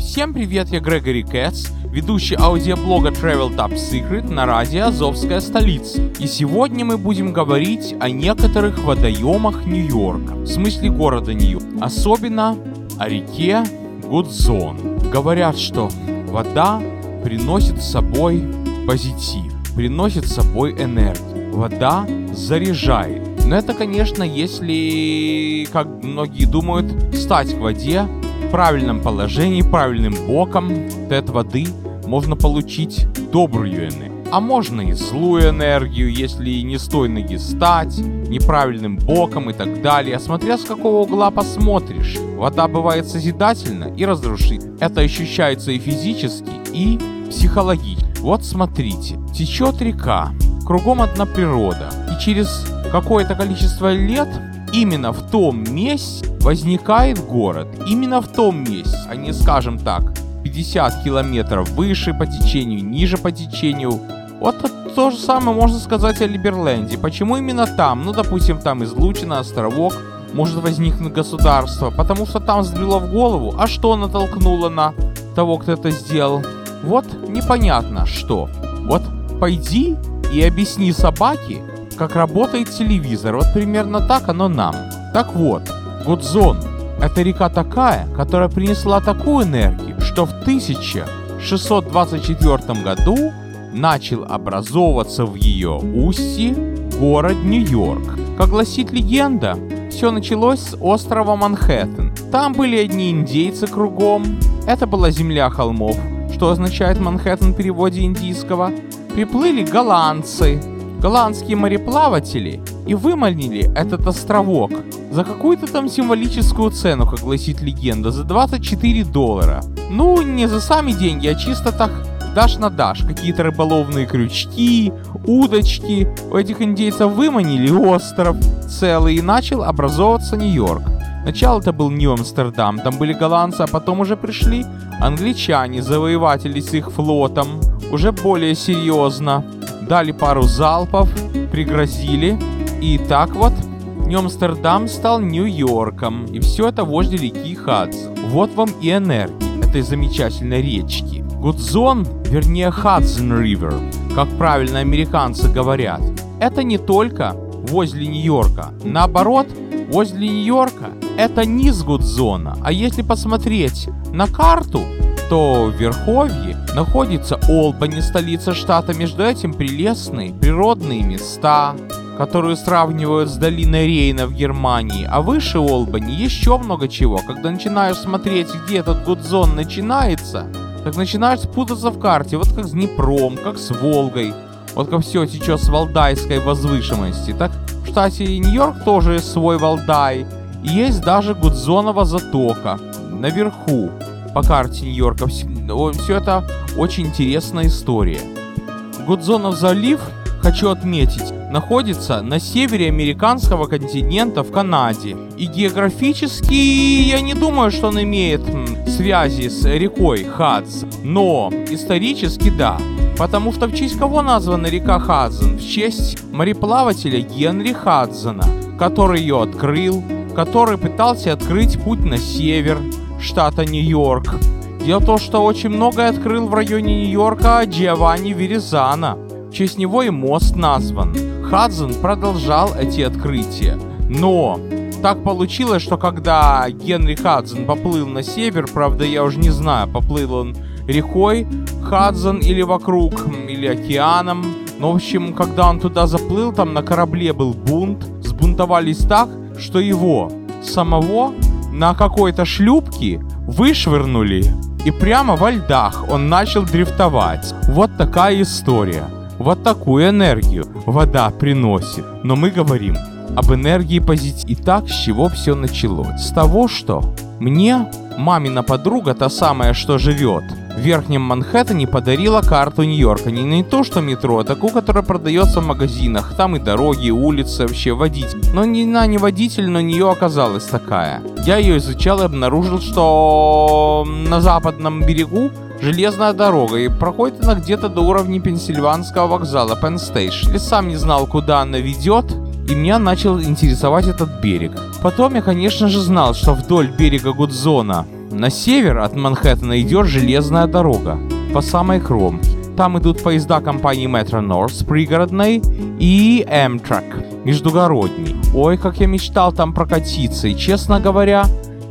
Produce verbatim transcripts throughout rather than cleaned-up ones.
Всем привет, я Грегори Кэтс, ведущий аудиоблога Travel Top Secret на радио Азовская столица. И сегодня мы будем говорить о некоторых водоемах Нью-Йорка, в смысле города Нью-Йорк, особенно о реке Гудзон. Говорят, что вода приносит с собой позитив, приносит с собой энергию. Вода заряжает. Но это, конечно, если, как многие думают, встать к воде в правильном положении, правильным боком, то от воды можно получить добрую энергию. А можно и злую энергию, если не с той ноги встать, неправильным боком и так далее. Смотря с какого угла посмотришь. Вода бывает созидательна и разрушительна. Это ощущается и физически, и психологически. Вот смотрите, течет река, кругом одна природа. И через какое-то количество лет именно в том месте возникает город. Именно в том месте, а не, скажем так, пятьдесят километров выше по течению, ниже по течению. Вот то же самое можно сказать о Либерленде. Почему именно там? Ну, допустим, там излучина, островок, может возникнуть государство. Потому что там взбрело в голову. А что натолкнуло на того, кто это сделал? Вот непонятно что. Вот пойди и объясни собаке, как работает телевизор. Вот примерно так оно нам. Так вот, Гудзон — это река такая, которая принесла такую энергию, что в тысяча шестьсот двадцать четвёртом году начал образовываться в ее устье город Нью-Йорк. Как гласит легенда, все началось с острова Манхэттен. Там были одни индейцы кругом. Это была земля холмов, что означает Манхэттен в переводе индийского. Приплыли голландцы, голландские мореплаватели, и выманили этот островок за какую-то там символическую цену, как гласит легенда, за двадцать четыре доллара. Ну, не за сами деньги, а чисто так дашь на дашь. Какие-то рыболовные крючки, удочки. У этих индейцев выманили остров целый, и начал образовываться Нью-Йорк. Сначала это был Нью-Амстердам, там были голландцы, а потом уже пришли англичане, завоеватели с их флотом, уже более серьезно. Дали пару залпов, пригрозили, и так вот Нью-Амстердам стал Нью-Йорком, и все это возле реки Хадсон. Вот вам и энергия этой замечательной речки. Гудзон, вернее Хадсон Ривер, как правильно американцы говорят, это не только возле Нью-Йорка. Наоборот, возле Нью-Йорка это низ Гудзона. А если посмотреть на карту, то в верховье находится Олбани, столица штата. Между этим прелестные природные места, которые сравнивают с долиной Рейна в Германии. А выше Олбани еще много чего. Когда начинаешь смотреть, где этот Гудзон начинается, так начинаешь путаться в карте. Вот как с Днепром, как с Волгой. Вот как все течет с Валдайской возвышенности. Так в штате Нью-Йорк тоже свой Валдай. И есть даже Гудзонова затока наверху по карте Нью-Йорка. Все это очень интересная история. Гудзонов залив, хочу отметить, находится на севере американского континента в Канаде. И географически я не думаю, что он имеет м, связи с рекой Хадсон. Но исторически да. Потому что в честь кого названа река Хадсон? В честь мореплавателя Генри Хадсона, который ее открыл, который пытался открыть путь на север штата Нью-Йорк. Дело в том, что очень многое открыл в районе Нью-Йорка Джованни Веризано. В честь него и мост назван. Хадсон продолжал эти открытия. Но так получилось, что когда Генри Хадсон поплыл на север, правда, я уже не знаю, поплыл он рекой Хадсон или вокруг, или океаном. Но, в общем, когда он туда заплыл, там на корабле был бунт. Сбунтовались так, что его самого на какой-то шлюпке вышвырнули, и прямо во льдах он начал дрифтовать. Вот такая история. Вот такую энергию вода приносит. Но мы говорим об энергии позитива. Итак, с чего все началось? С того, что мне мамина подруга, та самая, что живет в Верхнем Манхэттене, подарила карту Нью-Йорка. Не, не то, что метро, а такую, которая продается в магазинах. Там и дороги, и улицы, вообще водитель. Но не, она не водитель, но у нее оказалась такая. Я ее изучал и обнаружил, что на западном берегу железная дорога, и проходит она где-то до уровня Пенсильванского вокзала, Penn Station. Я сам не знал, куда она ведет, и меня начал интересовать этот берег. Потом я, конечно же, знал, что вдоль берега Гудзона На север от Манхэттена идет железная дорога по самой кромке. Там идут поезда компании Metro North пригородной и Amtrak междугородней. Ой, как я мечтал там прокатиться. И, честно говоря,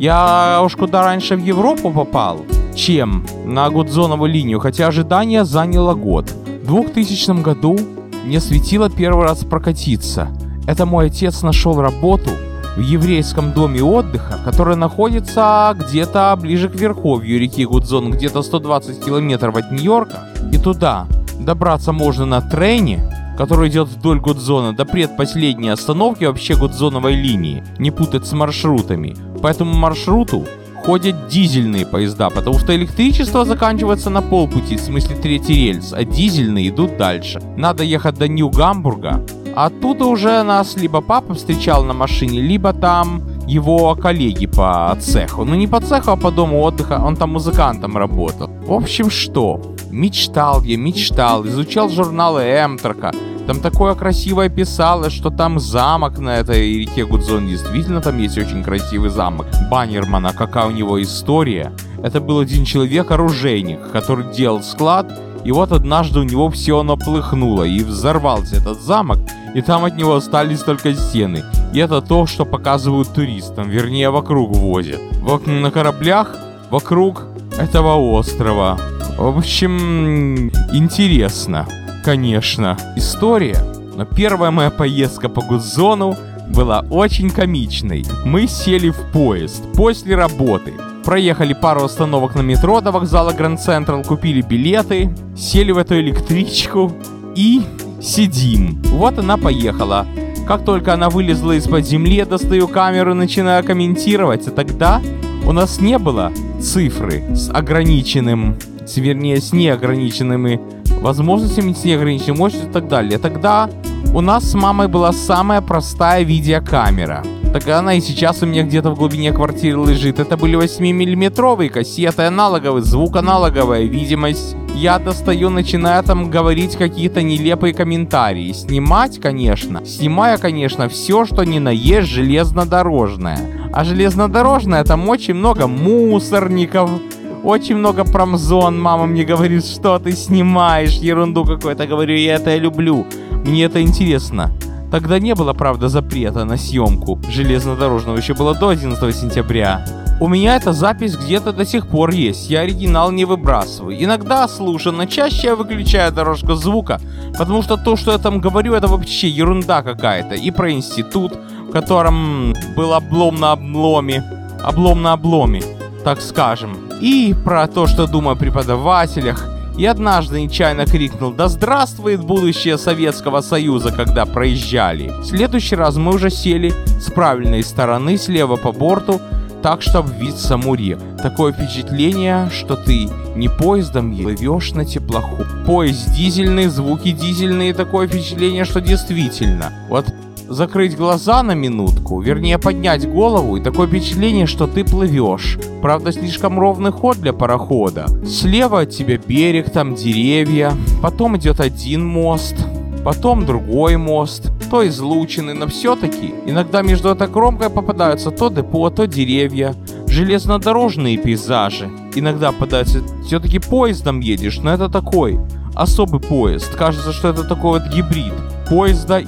я уж куда раньше в Европу попал, чем на гудзоновую линию, хотя ожидание заняло год. В двухтысячном году мне светило первый раз прокатиться. Это мой отец нашел работу в еврейском доме отдыха, который находится где-то ближе к верховью реки Гудзон, где-то сто двадцать километров от Нью-Йорка. И туда добраться можно на трейне, который идет вдоль Гудзона до предпоследней остановки вообще гудзоновой линии, не путать с маршрутами. По этому маршруту ходят дизельные поезда, потому что электричество заканчивается на полпути, в смысле третий рельс, а дизельные идут дальше. Надо ехать до Нью-Гамбурга, а оттуда уже нас либо папа встречал на машине, либо там его коллеги по цеху. Ну не по цеху, а по дому отдыха, он там музыкантом работал. В общем, что? Мечтал я, мечтал, изучал журналы Эмтрака. Там такое красивое писалось, что там замок на этой реке Гудзон. Действительно, там есть очень красивый замок Баннермана. Какая у него история. Это был один человек-оружейник, который делал склад. И вот однажды у него все оно плыхнуло. И взорвался этот замок. И там от него остались только стены. И это то, что показывают туристам. Вернее, вокруг возят. На кораблях вокруг этого острова. В общем, интересно. Конечно, история, но первая моя поездка по Гудзону была очень комичной. Мы сели в поезд после работы, проехали пару остановок на метро до вокзала Гранд Централ, купили билеты, сели в эту электричку и сидим. Вот она поехала. Как только она вылезла из-под земли, я достаю камеру и начинаю комментировать, а тогда у нас не было цифры с ограниченным, вернее, с неограниченными возможностями, с неограниченной мощностью и так далее. Тогда у нас с мамой была самая простая видеокамера. Тогда она и сейчас у меня где-то в глубине квартиры лежит. Это были восьмимиллиметровые кассеты, аналоговый звук, аналоговая видимость. Я достаю, начинаю там говорить какие-то нелепые комментарии. Снимать, конечно. Снимаю, конечно, все, что ни на есть железнодорожное. А железнодорожное там очень много мусорников. Очень много промзон. Мама мне говорит, что ты снимаешь, ерунду какую-то. Говорю, я это люблю. Мне это интересно. Тогда не было, правда, запрета на съемку железнодорожного. Еще было до одиннадцатого сентября. У меня эта запись где-то до сих пор есть. Я оригинал не выбрасываю. Иногда слушаю, но чаще я выключаю дорожку звука. Потому что то, что я там говорю, это вообще ерунда какая-то. И про институт, в котором был облом на обломе. Облом на обломе, так скажем. И про то, что думаю о преподавателях. И однажды нечаянно крикнул: «Да здравствует будущее Советского Союза», когда проезжали. В следующий раз мы уже сели с правильной стороны, слева по борту, так, чтобы вид саму реку. Такое впечатление, что ты не поездом плывешь на теплоход. Поезд дизельный, звуки дизельные, такое впечатление, что действительно. Вот закрыть глаза на минутку, вернее поднять голову, и такое впечатление, что ты плывешь. Правда, слишком ровный ход для парохода. Слева от тебя берег, там деревья, потом идет один мост, потом другой мост, то излученный, но все-таки иногда между этой кромкой попадаются то депо, то деревья, железнодорожные пейзажи. Иногда попадаются, все-таки поездом едешь, но это такой особый поезд. Кажется, что это такой вот гибрид поезда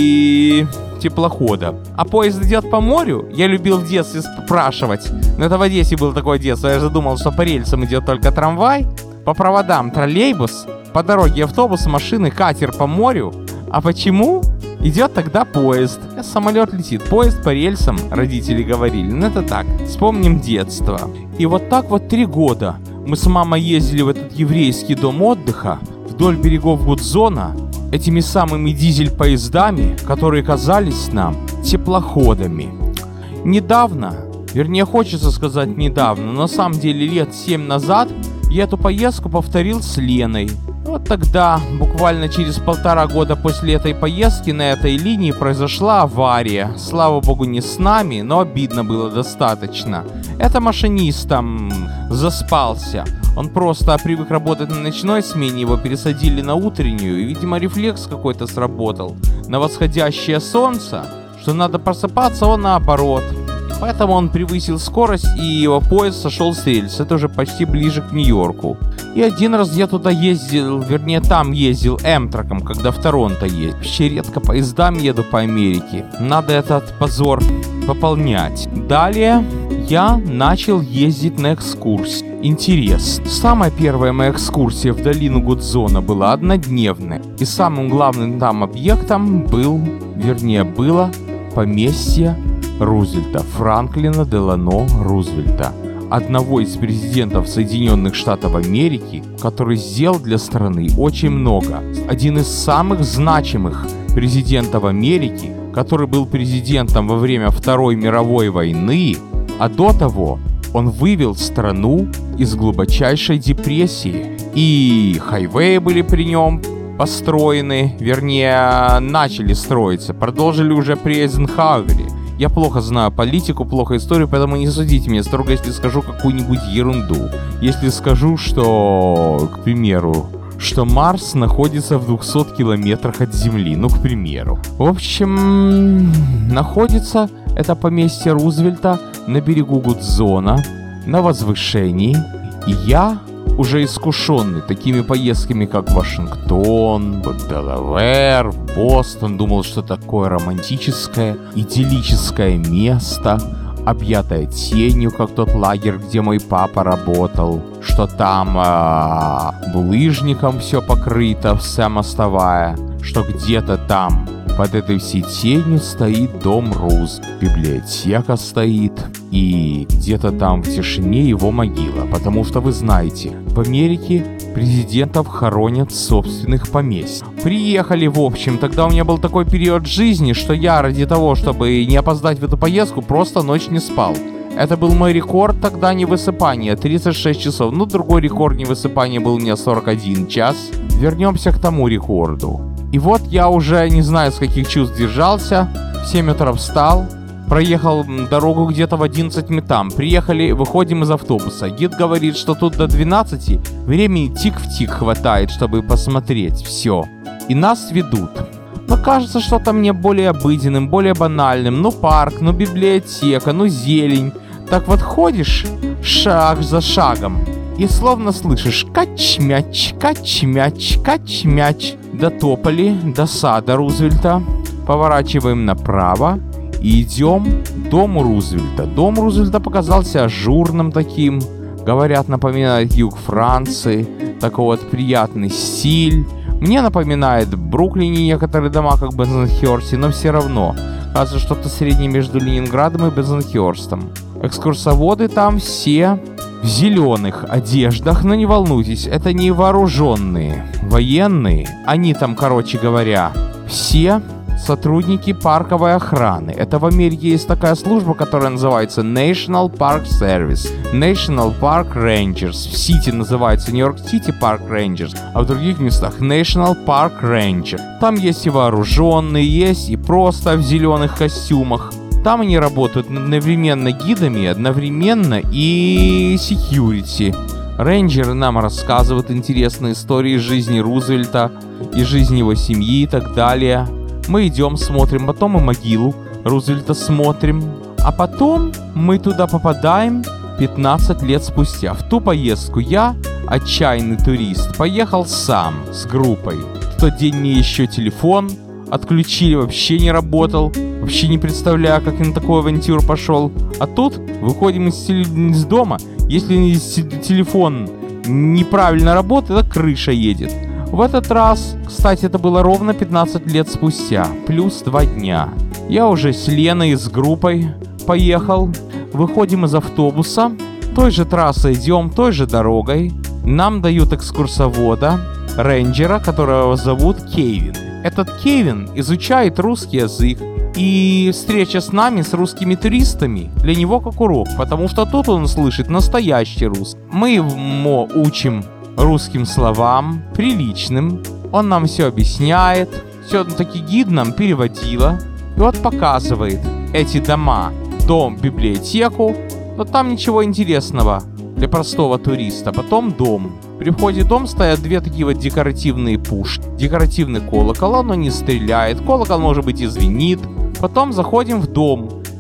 и теплохода. А поезд идет по морю? Я любил в детстве спрашивать. Но это в Одессе было такое детство. Я же думал, что по рельсам идет только трамвай, по проводам троллейбус, по дороге автобус, машины, катер по морю. А почему идет тогда поезд? Самолет летит, поезд по рельсам, родители говорили. Ну это так, вспомним детство. И вот так вот три года мы с мамой ездили в этот еврейский дом отдыха вдоль берегов Гудзона этими самыми дизель-поездами, которые казались нам теплоходами. Недавно, вернее хочется сказать недавно, но на самом деле лет семь назад я эту поездку повторил с Леной. Вот тогда, буквально через полтора года после этой поездки, на этой линии произошла авария. Слава богу, не с нами, но обидно было достаточно. Это машинист там заспался. Он просто привык работать на ночной смене, его пересадили на утреннюю, и, видимо, рефлекс какой-то сработал на восходящее солнце, что надо просыпаться, он наоборот. Поэтому он превысил скорость, и его поезд сошел с рельс. Это уже почти ближе к Нью-Йорку. И один раз я туда ездил, вернее там ездил Эмтраком, когда в Торонто ездил. Вообще редко поездами еду по Америке. Надо этот позор пополнять. Далее я начал ездить на экскурсии. Интерес. Самая первая моя экскурсия в долину Гудзона была однодневная. И самым главным там объектом был, вернее было, поместье Рузвельта, Франклина Делано Рузвельта. Одного из президентов Соединенных Штатов Америки, который сделал для страны очень много. Один из самых значимых президентов Америки, который был президентом во время Второй мировой войны, а до того он вывел страну из глубочайшей депрессии. И хайвеи были при нем построены, вернее, начали строиться, продолжили уже при Эйзенхауэре. Я плохо знаю политику, плохо историю, поэтому не судите меня строго, если скажу какую-нибудь ерунду. Если скажу, что, к примеру, что Марс находится в двухстах километрах от Земли, ну, к примеру. В общем, находится это поместье Рузвельта на берегу Гудзона, на возвышении. И я, уже искушенный такими поездками, как в Вашингтон, в Делавэр, в Бостон, думал, что такое романтическое, идиллическое место, объятое тенью, как тот лагерь, где мой папа работал, что там э, булыжником все покрыто, вся мостовая, что где-то там под этой всей тенью стоит дом Руз, библиотека стоит, и где-то там в тишине его могила, потому что вы знаете, в Америке президентов хоронят в собственных поместьях. Приехали, в общем, тогда у меня был такой период жизни, что я ради того, чтобы не опоздать в эту поездку, просто ночь не спал. Это был мой рекорд тогда невысыпания, тридцать шесть часов. Ну, другой рекорд невысыпания был у меня сорок один час. Вернемся к тому рекорду. И вот я уже не знаю, с каких чувств держался. В семь утра встал, проехал дорогу где-то в одиннадцать метам. Приехали, выходим из автобуса. Гид говорит, что тут до двенадцати времени тик в тик хватает, чтобы посмотреть все. И нас ведут. Но кажется, что-то мне более обыденным, более банальным. Ну парк, ну библиотека, ну зелень. Так вот ходишь шаг за шагом и словно слышишь кач-мяч, кач-мяч, кач-мяч. Дотопали до сада Рузвельта, поворачиваем направо и идем к дому Рузвельта. Дом Рузвельта показался ажурным таким, говорят, напоминает юг Франции, такой вот приятный стиль. Мне напоминает в Бруклине некоторые дома, как в Бензенхёрсте, но все равно. Кажется, что-то среднее между Ленинградом и Бензенхёрстом. Экскурсоводы там все в зеленых одеждах, но не волнуйтесь, это не вооруженные военные. Они там, короче говоря, все сотрудники парковой охраны. Это в Америке есть такая служба, которая называется National Park Service, National Park Rangers. В Сити называется Нью-Йорк Сити Park Rangers, а в других местах National Park Ranger. Там есть и вооруженные, есть и просто в зеленых костюмах. Там они работают одновременно гидами, одновременно и security. Рейнджеры нам рассказывают интересные истории жизни Рузвельта и жизни его семьи и так далее. Мы идем, смотрим, потом мы могилу Рузвельта смотрим, а потом мы туда попадаем пятнадцать лет спустя. В ту поездку я, отчаянный турист, поехал сам с группой. В тот день мне еще телефон отключили, вообще не работал. Вообще не представляю, как я на такую авантюру пошел. А тут выходим из, из дома. Если телефон неправильно работает, то крыша едет. В этот раз, кстати, это было ровно пятнадцать лет спустя. Плюс два дня. Я уже с Леной и с группой поехал. Выходим из автобуса. Той же трассой идем, той же дорогой. Нам дают экскурсовода, рейнджера, которого зовут Кевин. Этот Кевин изучает русский язык. И встреча с нами, с русскими туристами, для него как урок, потому что тут он слышит настоящий русский. Мы ему учим русским словам, приличным. Он нам все объясняет. Все-таки гид нам переводила. И вот показывает эти дома. Дом, библиотеку. Но там ничего интересного для простого туриста. Потом дом. При входе в дом стоят две такие вот декоративные пушки. Декоративный колокол, оно не стреляет. Колокол, может быть, и звенит. Потом заходим в дом.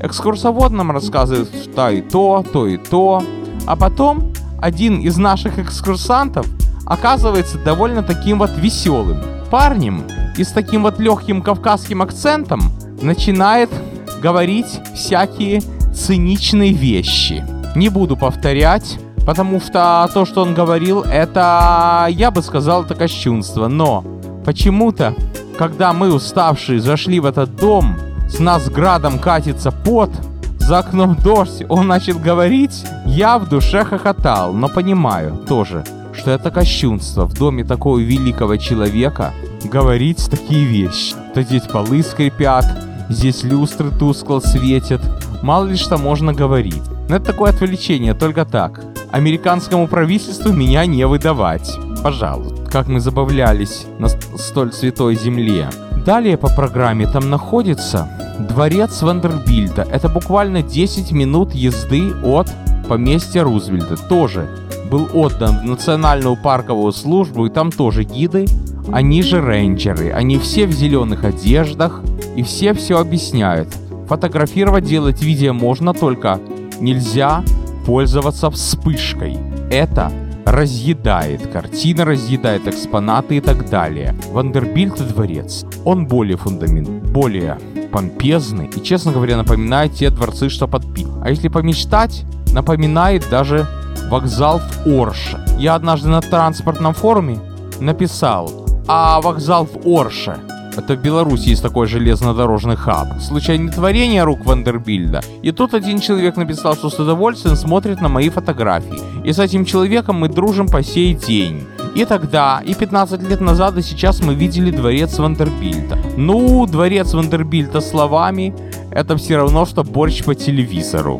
Экскурсовод нам рассказывает, что и то, то и то. А потом один из наших экскурсантов оказывается довольно таким вот веселым парнем и с таким вот легким кавказским акцентом начинает говорить всякие циничные вещи. Не буду повторять, потому что то, что он говорил, это, я бы сказал, это кощунство. Но почему-то, когда мы, уставшие, зашли в этот дом, с нас градом катится пот, за окном дождь, он начал говорить, я в душе хохотал, но понимаю тоже, что это кощунство в доме такого великого человека говорить такие вещи. То здесь полы скрипят, здесь люстры тускло светят, мало ли что можно говорить. Но это такое отвлечение, только так. Американскому правительству меня не выдавать. Пожалуйста. Как мы забавлялись на столь святой земле. Далее по программе там находится дворец Вандербильта. Это буквально десять минут езды от поместья Рузвельта. Тоже был отдан в национальную парковую службу, и там тоже гиды. Они же рейнджеры. Они все в зеленых одеждах, и все все объясняют. Фотографировать, делать видео можно, только нельзя пользоваться вспышкой. Это разъедает картины, разъедает экспонаты и так далее. Вандербильт дворец, он более фундамент, более помпезный и, честно говоря, напоминает те дворцы, что под Пи. А если помечтать, напоминает даже вокзал в Орше. Я однажды на транспортном форуме написал, а вокзал в Орше, это в Беларуси есть такой железнодорожный хаб, случайно творение рук Вандербильда. И тут один человек написал, что с удовольствием смотрит на мои фотографии. И с этим человеком мы дружим по сей день. И тогда, и пятнадцать лет назад, и сейчас мы видели дворец Вандербильта. Ну, дворец Вандербильта словами, это все равно, что борщ по телевизору.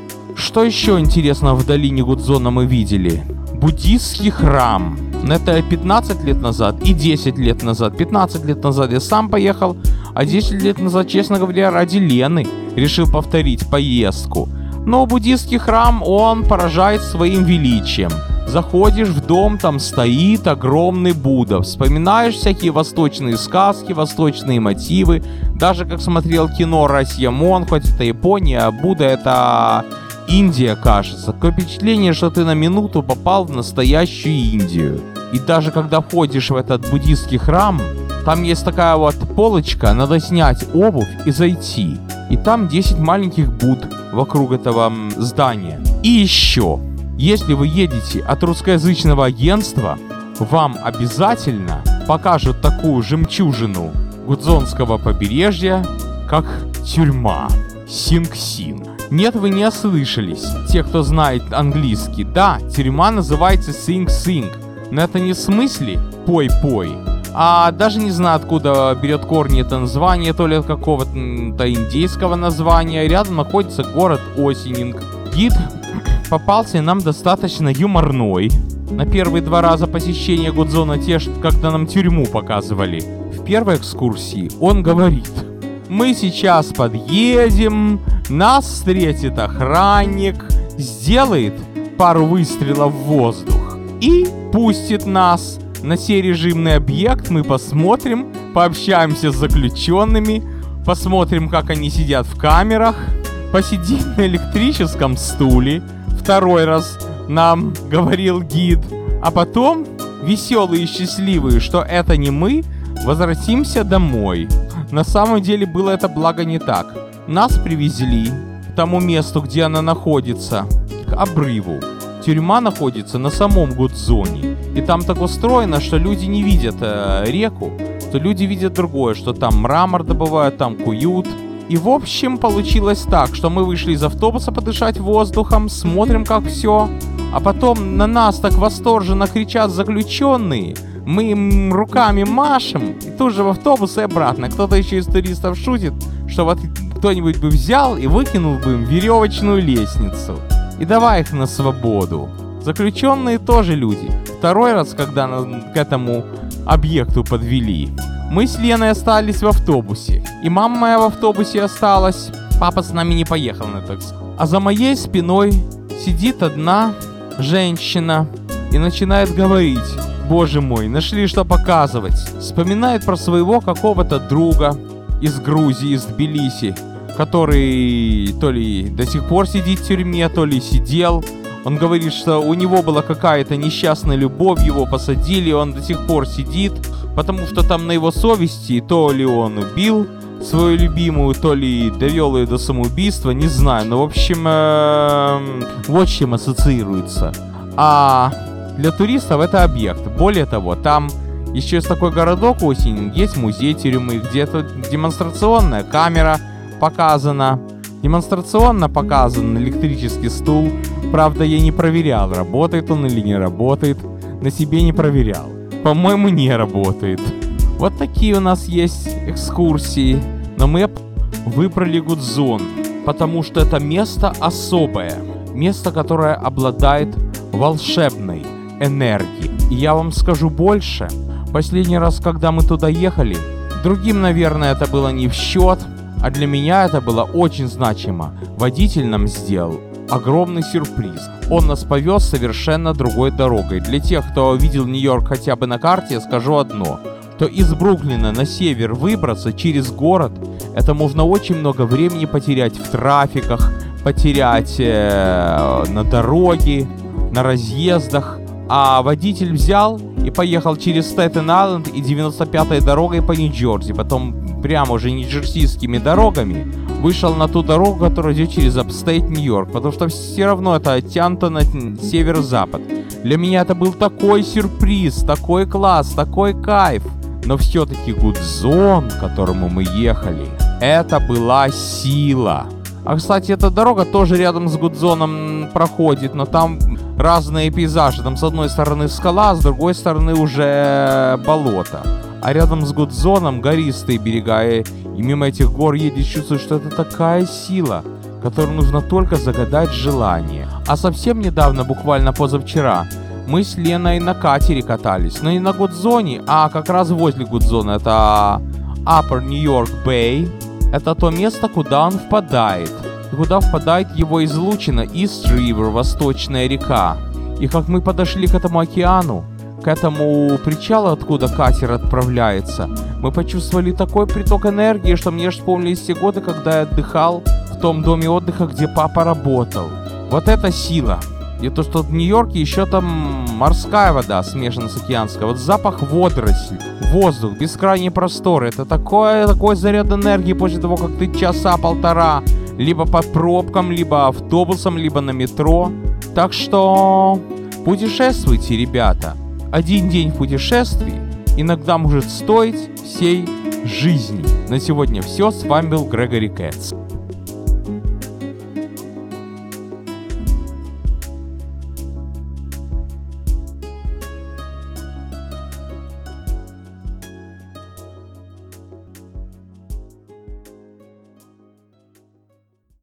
Что еще интересного в долине Гудзона мы видели? Буддийский храм. Это пятнадцать лет назад и десять лет назад. пятнадцать лет назад я сам поехал, а десять лет назад, честно говоря, ради Лены решил повторить поездку. Но буддийский храм, он поражает своим величием. Заходишь в дом, там стоит огромный Будда. Вспоминаешь всякие восточные сказки, восточные мотивы. Даже как смотрел кино «Расьямон», хоть это Япония, а Будда это Индия, кажется. Такое впечатление, что ты на минуту попал в настоящую Индию. И даже когда входишь в этот буддийский храм, там есть такая вот полочка, надо снять обувь и зайти. И там десять маленьких Будд вокруг этого здания. И еще, если вы едете от русскоязычного агентства, вам обязательно покажут такую жемчужину Гудзонского побережья, как тюрьма Синг-Син. Нет, вы не ослышались, те, кто знает английский. Да, тюрьма называется Синг-Синг, но это не в смысле «пой-пой», а даже не знаю, откуда берет корни это название, то ли от какого-то индейского названия. Рядом находится город Осининг. Гид попался нам достаточно юморной. На первые два раза посещения Гудзона, те, когда нам тюрьму показывали. В первой экскурсии он говорит: мы сейчас подъедем, нас встретит охранник, сделает пару выстрелов в воздух и пустит нас на сей режимный объект. Мы посмотрим, пообщаемся с заключенными, посмотрим, как они сидят в камерах, посидим на электрическом стуле. Второй раз нам говорил гид. А потом, веселые и счастливые, что это не мы, возвратимся домой. На самом деле было это благо не так. Нас привезли к тому месту, где она находится, к обрыву. Тюрьма находится на самом Гудзоне. И там так устроено, что люди не видят э, реку, что люди видят другое, что там мрамор добывают, там куют. И в общем получилось так, что мы вышли из автобуса подышать воздухом, смотрим, как все. А потом на нас так восторженно кричат заключенные. Мы им руками машем, и тут же в автобус и обратно. Кто-то еще из туристов шутит, что вот кто-нибудь бы взял и выкинул бы им веревочную лестницу. И давай их на свободу. Заключенные тоже люди. Второй раз, когда нас к этому объекту подвели, мы с Леной остались в автобусе. И мама моя в автобусе осталась. Папа с нами не поехал на такси. А за моей спиной сидит одна женщина и начинает говорить: боже мой, нашли что показывать. Вспоминает про своего какого-то друга из Грузии, из Тбилиси. который то ли до сих пор сидит в тюрьме, то ли сидел. Он говорит, что у него была какая-то несчастная любовь, его посадили, он до сих пор сидит, потому что там на его совести то ли он убил свою любимую, то ли довел ее до самоубийства, не знаю. Но, в общем, э, вот с чем ассоциируется. А для туристов это объект. Более того, там еще есть такой городок осень, есть музей тюрьмы, где тут демонстрационная камера показана. Демонстрационно показан электрический стул. Правда, я не проверял, работает он или не работает. На себе не проверял. По-моему, не работает. Вот такие у нас есть экскурсии. Но мы выбрали Гудзон, потому что это место особое. Место, которое обладает волшебной энергией. И я вам скажу больше. Последний раз, когда мы туда ехали, другим, наверное, это было не в счет, а для меня это было очень значимо. Водитель нам сделал огромный сюрприз. Он нас повез совершенно другой дорогой. Для тех, кто видел Нью-Йорк хотя бы на карте, я скажу одно. То из Бруклина на север выбраться через город, это можно очень много времени потерять в трафиках, потерять э, на дороге, на разъездах. А водитель взял и поехал через Стэттен-Айленд и девяносто пятой дорогой по Нью-Джерси. Потом прямо уже нью-джерсийскими дорогами вышел на ту дорогу, которая идет через Апстейт Нью-Йорк. Потому что все равно это оттянуто на северо-запад. Для меня это был такой сюрприз, такой класс, такой кайф. Но все-таки Гудзон, к которому мы ехали, это была сила. А, кстати, эта дорога тоже рядом с Гудзоном проходит, но там разные пейзажи. Там с одной стороны скала, с другой стороны уже болото. А рядом с Гудзоном гористые берега, и, и мимо этих гор едешь, чувствуешь, что это такая сила, которой нужно только загадать желание. А совсем недавно, буквально позавчера, мы с Леной на катере катались, но не на Гудзоне, а как раз возле Гудзона. Это Upper New York Bay. Это то место, куда он впадает. И куда впадает его излучина East River, восточная река. И как мы подошли к этому океану, к этому причалу, откуда катер отправляется, мы почувствовали такой приток энергии, что мне аж вспомнились те годы, когда я отдыхал в том доме отдыха, где папа работал. Вот это сила. И то, что в Нью-Йорке еще там морская вода смешана с океанской. Вот запах водорослей, воздух, бескрайние просторы. Это такой, такой заряд энергии после того, как ты часа-полтора либо по пробкам, либо автобусом, либо на метро. Так что путешествуйте, ребята. Один день в путешествии иногда может стоить всей жизни. На сегодня все. С вами был Грегори Кэтс.